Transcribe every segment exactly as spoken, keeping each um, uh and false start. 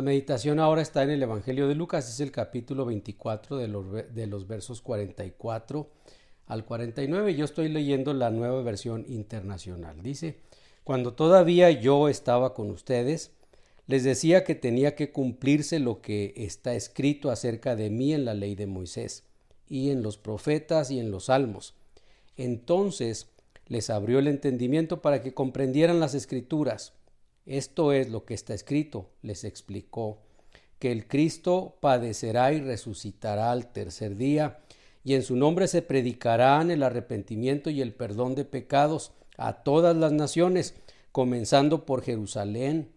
La meditación ahora está en el Evangelio de Lucas, es el capítulo veinticuatro de los, de los versos cuarenta y cuatro al cuarenta y nueve. Yo estoy leyendo la Nueva Versión Internacional. Dice: cuando todavía yo estaba con ustedes, les decía que tenía que cumplirse lo que está escrito acerca de mí en la ley de Moisés, y en los profetas y en los salmos. Entonces les abrió el entendimiento para que comprendieran las escrituras. Esto es lo que está escrito, les explicó, que el Cristo padecerá y resucitará al tercer día, y en su nombre se predicarán el arrepentimiento y el perdón de pecados a todas las naciones, comenzando por Jerusalén.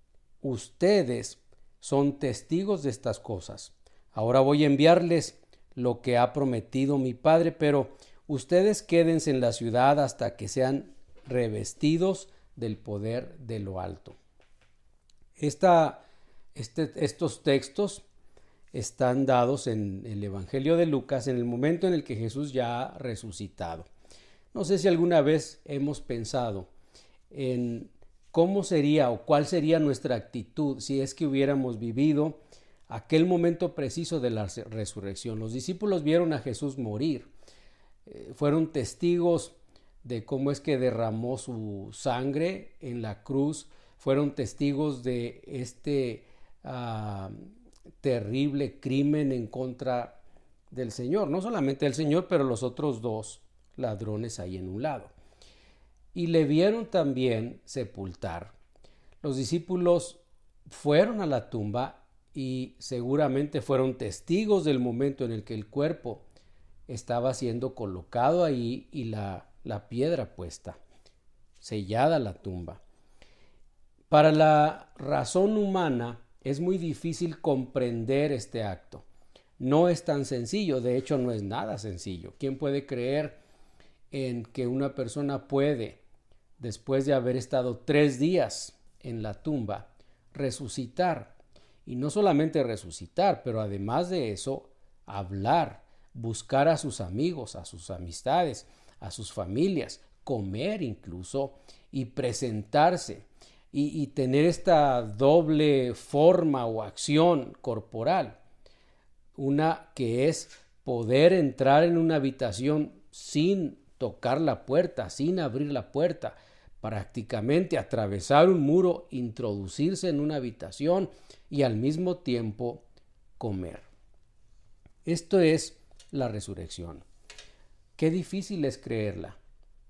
Ustedes son testigos de estas cosas. Ahora voy a enviarles lo que ha prometido mi Padre, pero ustedes quédense en la ciudad hasta que sean revestidos del poder de lo alto. Esta, este, estos textos están dados en el Evangelio de Lucas en el momento en el que Jesús ya ha resucitado. No sé si alguna vez hemos pensado en cómo sería o cuál sería nuestra actitud si es que hubiéramos vivido aquel momento preciso de la resurrección. Los discípulos vieron a Jesús morir, eh, fueron testigos de cómo es que derramó su sangre en la cruz, fueron testigos de este uh, terrible crimen en contra del Señor, no solamente el Señor, pero los otros dos ladrones ahí en un lado. Y le vieron también sepultar. Los discípulos fueron a la tumba y seguramente fueron testigos del momento en el que el cuerpo estaba siendo colocado ahí y la la piedra puesta, sellada la tumba. Para la razón humana es muy difícil comprender este acto. No es tan sencillo, de hecho no es nada sencillo. ¿Quién puede creer en que una persona puede, después de haber estado tres días en la tumba, resucitar? Y no solamente resucitar, pero además de eso, hablar, buscar a sus amigos, a sus amistades, a sus familias, comer incluso y presentarse y, y tener esta doble forma o acción corporal. Una que es poder entrar en una habitación sin tocar la puerta, sin abrir la puerta, prácticamente atravesar un muro, introducirse en una habitación y al mismo tiempo comer. Esto es la resurrección. Qué difícil es creerla.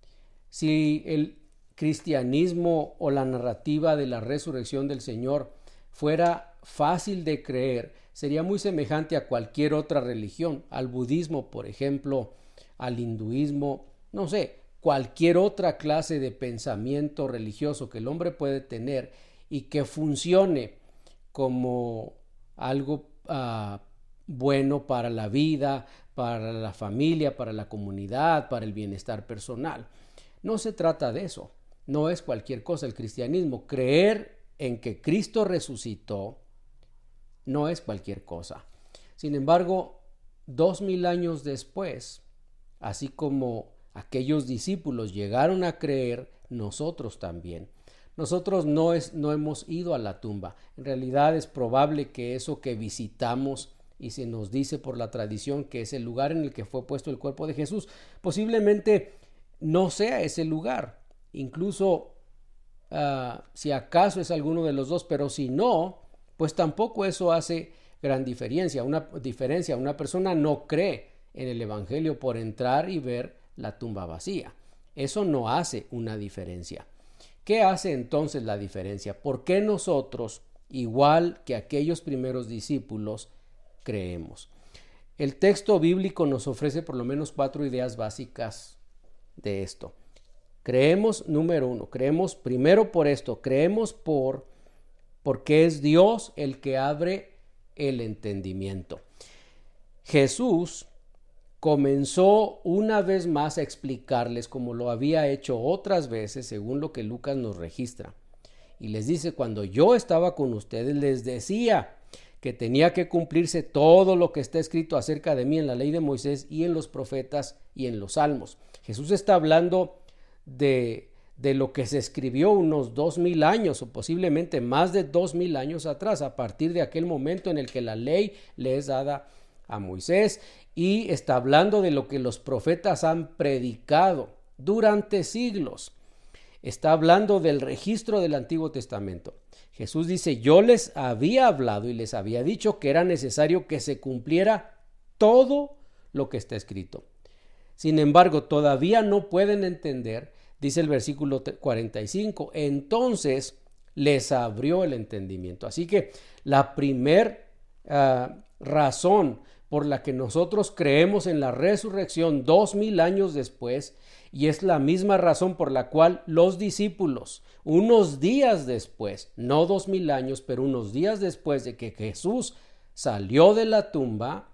Si el cristianismo o la narrativa de la resurrección del Señor fuera fácil de creer, sería muy semejante a cualquier otra religión, al budismo, por ejemplo, al hinduismo, no sé, cualquier otra clase de pensamiento religioso que el hombre puede tener y que funcione como algo uh, bueno para la vida, para la familia, para la comunidad, para el bienestar personal. No se trata de eso, no es cualquier cosa el cristianismo. Creer en que Cristo resucitó no es cualquier cosa. Sin embargo, dos mil años después, así como aquellos discípulos llegaron a creer, nosotros también. Nosotros no, es, no hemos ido a la tumba. En realidad es probable que eso que visitamos y se nos dice por la tradición que es el lugar en el que fue puesto el cuerpo de Jesús, posiblemente no sea ese lugar. Incluso uh, si acaso es alguno de los dos, pero si no, pues tampoco eso hace gran diferencia. Una diferencia, una persona no cree en el Evangelio por entrar y ver la tumba vacía. Eso no hace una diferencia. ¿Qué hace entonces la diferencia? ¿Por qué nosotros, igual que aquellos primeros discípulos, creemos? El texto bíblico nos ofrece por lo menos cuatro ideas básicas de esto. Creemos, número uno, creemos primero por esto, creemos por porque es Dios el que abre el entendimiento. Jesús comenzó una vez más a explicarles, como lo había hecho otras veces, según lo que Lucas nos registra. Y les dice: cuando yo estaba con ustedes, les decía que tenía que cumplirse todo lo que está escrito acerca de mí en la ley de Moisés y en los profetas y en los salmos. Jesús está hablando de, de lo que se escribió unos dos mil años o posiblemente más de dos mil años atrás, a partir de aquel momento en el que la ley le es dada a Moisés, y está hablando de lo que los profetas han predicado durante siglos. Está hablando del registro del Antiguo Testamento. Jesús dice: yo les había hablado y les había dicho que era necesario que se cumpliera todo lo que está escrito. Sin embargo, todavía no pueden entender, dice el versículo cuarenta y cinco, entonces les abrió el entendimiento. Así que la primer uh, razón por la que nosotros creemos en la resurrección dos mil años después, y es la misma razón por la cual los discípulos, unos días después, no dos mil años, pero unos días después de que Jesús salió de la tumba,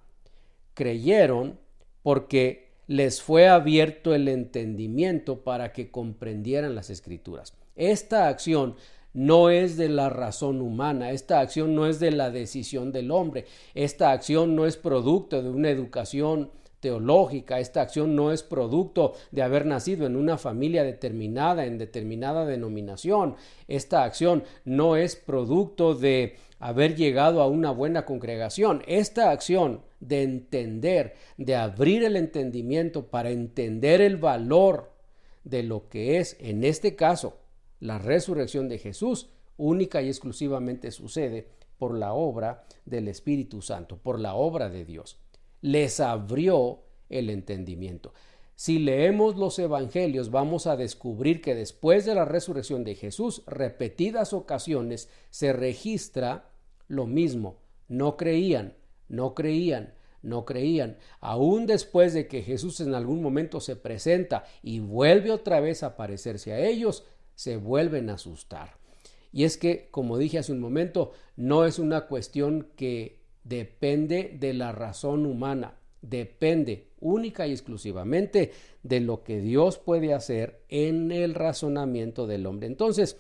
creyeron, porque les fue abierto el entendimiento para que comprendieran las Escrituras. Esta acción no es de la razón humana, esta acción no es de la decisión del hombre, esta acción no es producto de una educación teológica, esta acción no es producto de haber nacido en una familia determinada, en determinada denominación, esta acción no es producto de haber llegado a una buena congregación. Esta acción de entender, de abrir el entendimiento para entender el valor de lo que es, en este caso, la resurrección de Jesús, única y exclusivamente sucede por la obra del Espíritu Santo, por la obra de Dios. Les abrió el entendimiento. Si leemos los evangelios, vamos a descubrir que después de la resurrección de Jesús, repetidas ocasiones se registra lo mismo. No creían, no creían, no creían. Aún después de que Jesús en algún momento se presenta y vuelve otra vez a aparecerse a ellos, se vuelven a asustar. Y es que, como dije hace un momento, no es una cuestión que depende de la razón humana, depende única y exclusivamente de lo que Dios puede hacer en el razonamiento del hombre. Entonces,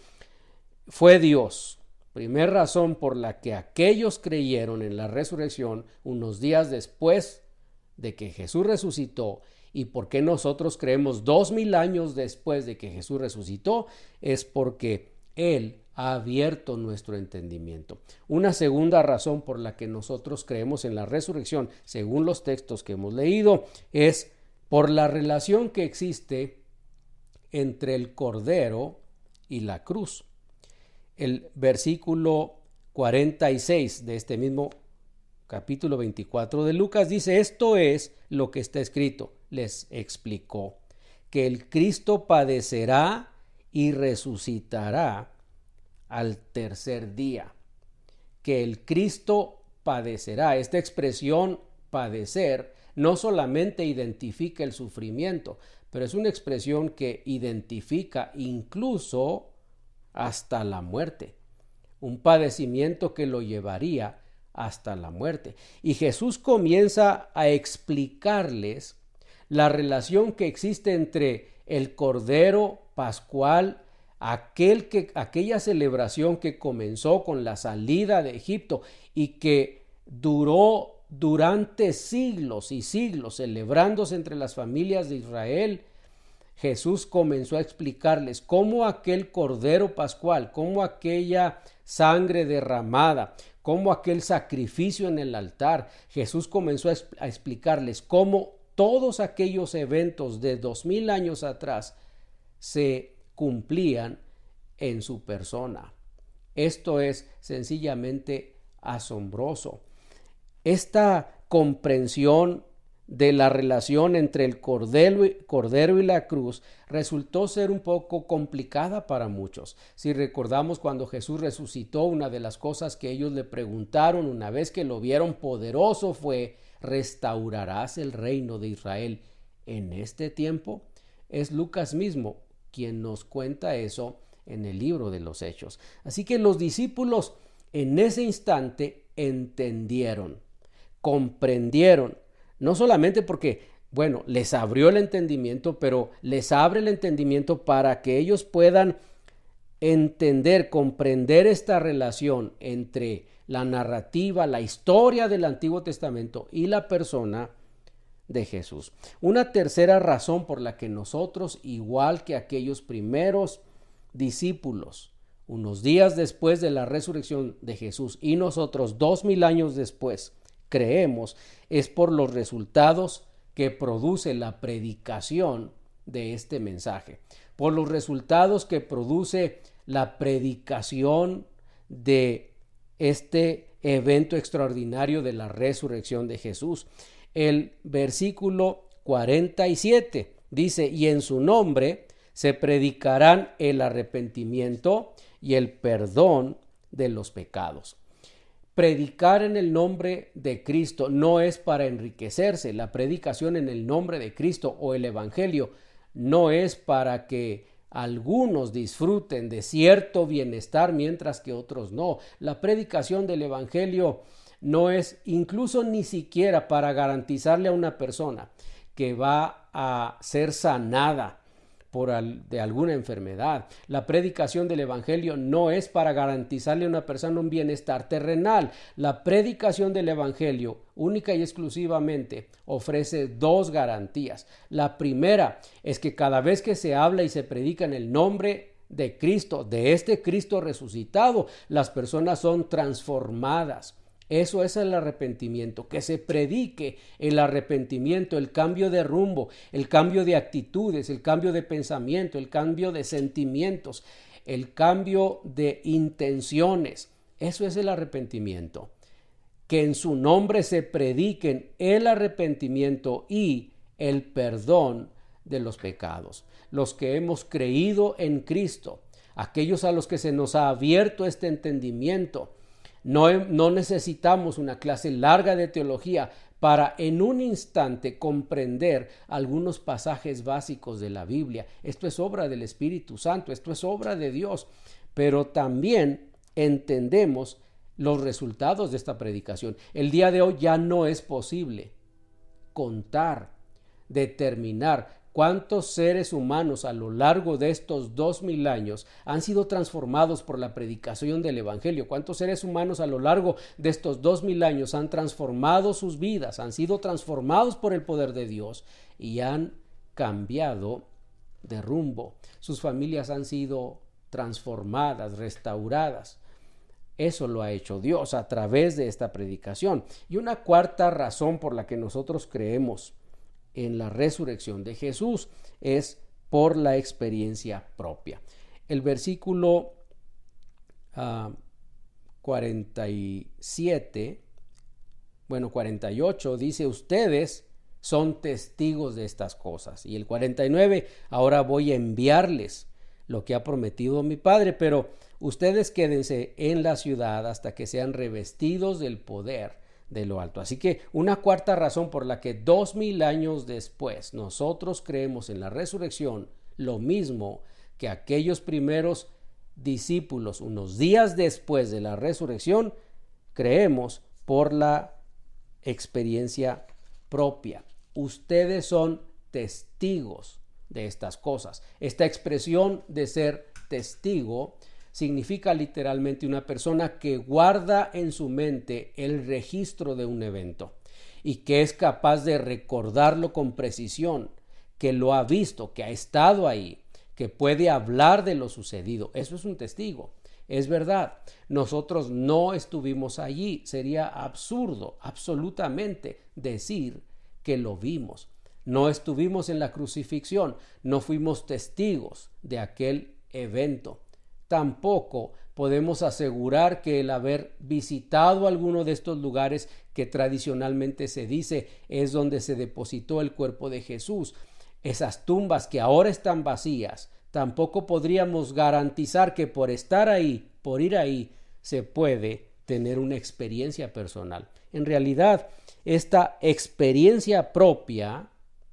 fue Dios, primera razón por la que aquellos creyeron en la resurrección unos días después de que Jesús resucitó, y por qué nosotros creemos dos mil años después de que Jesús resucitó, es porque Él ha abierto nuestro entendimiento. Una segunda razón por la que nosotros creemos en la resurrección, según los textos que hemos leído, es por la relación que existe entre el Cordero y la cruz. El versículo cuarenta y seis de este mismo capítulo veinticuatro de Lucas dice: esto es lo que está escrito. Les explicó que el Cristo padecerá y resucitará al tercer día. Que el Cristo padecerá. Esta expresión padecer no solamente identifica el sufrimiento, pero es una expresión que identifica incluso hasta la muerte. Un padecimiento que lo llevaría hasta la muerte. Y Jesús comienza a explicarles la relación que existe entre el Cordero Pascual, aquel que, aquella celebración que comenzó con la salida de Egipto y que duró durante siglos y siglos celebrándose entre las familias de Israel. Jesús comenzó a explicarles cómo aquel Cordero Pascual, cómo aquella sangre derramada, cómo aquel sacrificio en el altar. Jesús comenzó a, a explicarles cómo todos aquellos eventos de dos mil años atrás se cumplían en su persona. Esto es sencillamente asombroso. Esta comprensión de la relación entre el cordero, cordero y la cruz resultó ser un poco complicada para muchos. Si recordamos, cuando Jesús resucitó, una de las cosas que ellos le preguntaron una vez que lo vieron poderoso fue: ¿restaurarás el reino de Israel en este tiempo? Es Lucas mismo quien nos cuenta eso en el libro de los Hechos. Así que los discípulos en ese instante entendieron, comprendieron, no solamente porque, bueno, les abrió el entendimiento, pero les abre el entendimiento para que ellos puedan entender, comprender esta relación entre la narrativa, la historia del Antiguo Testamento y la persona de Jesús. Una tercera razón por la que nosotros, igual que aquellos primeros discípulos, unos días después de la resurrección de Jesús y nosotros dos mil años después, creemos, es por los resultados que produce la predicación de este mensaje, por los resultados que produce la predicación de este evento extraordinario de la resurrección de Jesús. El versículo cuarenta y siete dice: y en su nombre se predicarán el arrepentimiento y el perdón de los pecados. Predicar en el nombre de Cristo no es para enriquecerse. La predicación en el nombre de Cristo o el evangelio no es para que algunos disfruten de cierto bienestar mientras que otros no. La predicación del evangelio no es incluso ni siquiera para garantizarle a una persona que va a ser sanada por al, de alguna enfermedad. La predicación del evangelio no es para garantizarle a una persona un bienestar terrenal. La predicación del evangelio única y exclusivamente ofrece dos garantías. La primera es que cada vez que se habla y se predica en el nombre de Cristo, de este Cristo resucitado, las personas son transformadas. Eso es el arrepentimiento, que se predique el arrepentimiento, el cambio de rumbo, el cambio de actitudes, el cambio de pensamiento, el cambio de sentimientos, el cambio de intenciones. Eso es el arrepentimiento. Que en su nombre se prediquen el arrepentimiento y el perdón de los pecados. Los que hemos creído en Cristo, aquellos a los que se nos ha abierto este entendimiento, No, no necesitamos una clase larga de teología para en un instante comprender algunos pasajes básicos de la Biblia. Esto es obra del Espíritu Santo, esto es obra de Dios, pero también entendemos los resultados de esta predicación. El día de hoy ya no es posible contar, determinar cuántos seres humanos a lo largo de estos dos mil años han sido transformados por la predicación del evangelio. Cuántos seres humanos a lo largo de estos dos mil años han transformado sus vidas, han sido transformados por el poder de Dios y han cambiado de rumbo. Sus familias han sido transformadas, restauradas. Eso lo ha hecho Dios a través de esta predicación. Y una cuarta razón por la que nosotros creemos en la resurrección de Jesús es por la experiencia propia. El versículo uh, cuarenta y siete, bueno, cuarenta y ocho dice: ustedes son testigos de estas cosas. Y el cuarenta y nueve: ahora voy a enviarles lo que ha prometido mi Padre, pero ustedes quédense en la ciudad hasta que sean revestidos del poder de lo alto. Así que una cuarta razón por la que dos mil años después nosotros creemos en la resurrección, lo mismo que aquellos primeros discípulos unos días después de la resurrección, creemos por la experiencia propia. Ustedes son testigos de estas cosas. Esta expresión de ser testigo significa literalmente una persona que guarda en su mente el registro de un evento y que es capaz de recordarlo con precisión, que lo ha visto, que ha estado ahí, que puede hablar de lo sucedido. Eso es un testigo. Es verdad, nosotros no estuvimos allí. Sería absurdo, absolutamente, decir que lo vimos. No estuvimos en la crucifixión, no fuimos testigos de aquel evento. Tampoco podemos asegurar que el haber visitado alguno de estos lugares que tradicionalmente se dice es donde se depositó el cuerpo de Jesús, esas tumbas que ahora están vacías, tampoco podríamos garantizar que por estar ahí, por ir ahí, se puede tener una experiencia personal. En realidad, esta experiencia propia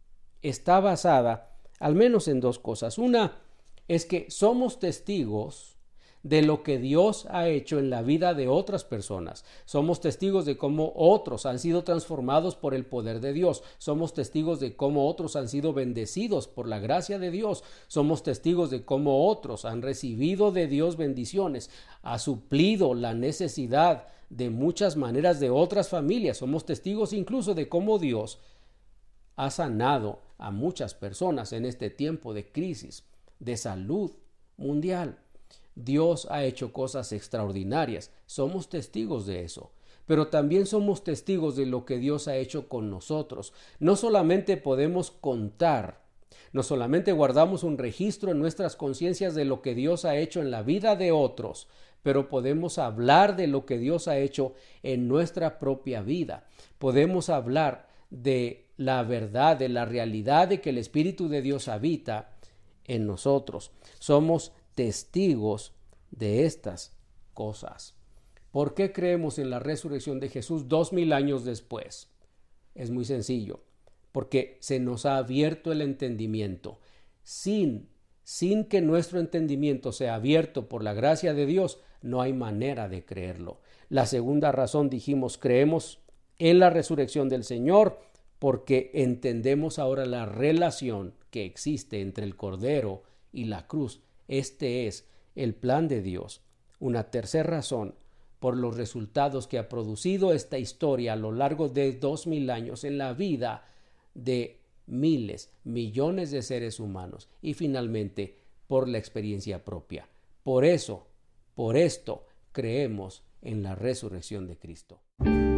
está basada al menos en dos cosas. Una es que somos testigos de lo que Dios ha hecho en la vida de otras personas. Somos testigos de cómo otros han sido transformados por el poder de Dios. Somos testigos de cómo otros han sido bendecidos por la gracia de Dios. Somos testigos de cómo otros han recibido de Dios bendiciones, ha suplido la necesidad de muchas maneras de otras familias. Somos testigos incluso de cómo Dios ha sanado a muchas personas en este tiempo de crisis, de salud mundial. Dios ha hecho cosas extraordinarias. Somos testigos de eso. Pero también somos testigos de lo que Dios ha hecho con nosotros. No solamente podemos contar, no solamente guardamos un registro en nuestras conciencias de lo que Dios ha hecho en la vida de otros, pero podemos hablar de lo que Dios ha hecho en nuestra propia vida. Podemos hablar de la verdad, de la realidad de que el Espíritu de Dios habita en nosotros. Somos testigos de estas cosas. ¿Por qué creemos en la resurrección de Jesús dos mil años después? Es muy sencillo, porque se nos ha abierto el entendimiento. Sin, sin que nuestro entendimiento sea abierto por la gracia de Dios, no hay manera de creerlo. La segunda razón, dijimos, creemos en la resurrección del Señor, porque entendemos ahora la relación que existe entre el Cordero y la cruz. Este es el plan de Dios. Una tercera razón, por los resultados que ha producido esta historia a lo largo de dos mil años en la vida de miles, millones de seres humanos, y finalmente por la experiencia propia. Por eso, por esto, creemos en la resurrección de Cristo.